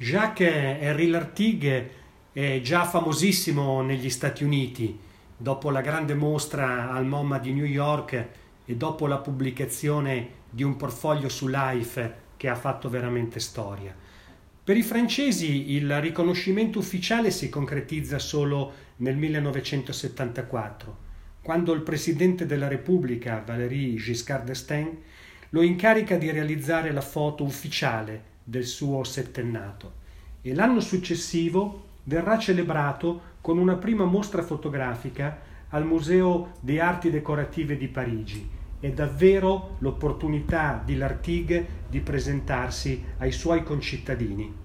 Jacques-Henri Lartigue è già famosissimo negli Stati Uniti, dopo la grande mostra al MoMA di New York e dopo la pubblicazione di un portfolio su Life che ha fatto veramente storia. Per i francesi il riconoscimento ufficiale si concretizza solo nel 1974, quando il presidente della Repubblica, Valéry Giscard d'Estaing, lo incarica di realizzare la foto ufficiale del suo settennato, e l'anno successivo verrà celebrato con una prima mostra fotografica al Museo di Arti Decorative di Parigi. È davvero l'opportunità di Lartigue di presentarsi ai suoi concittadini.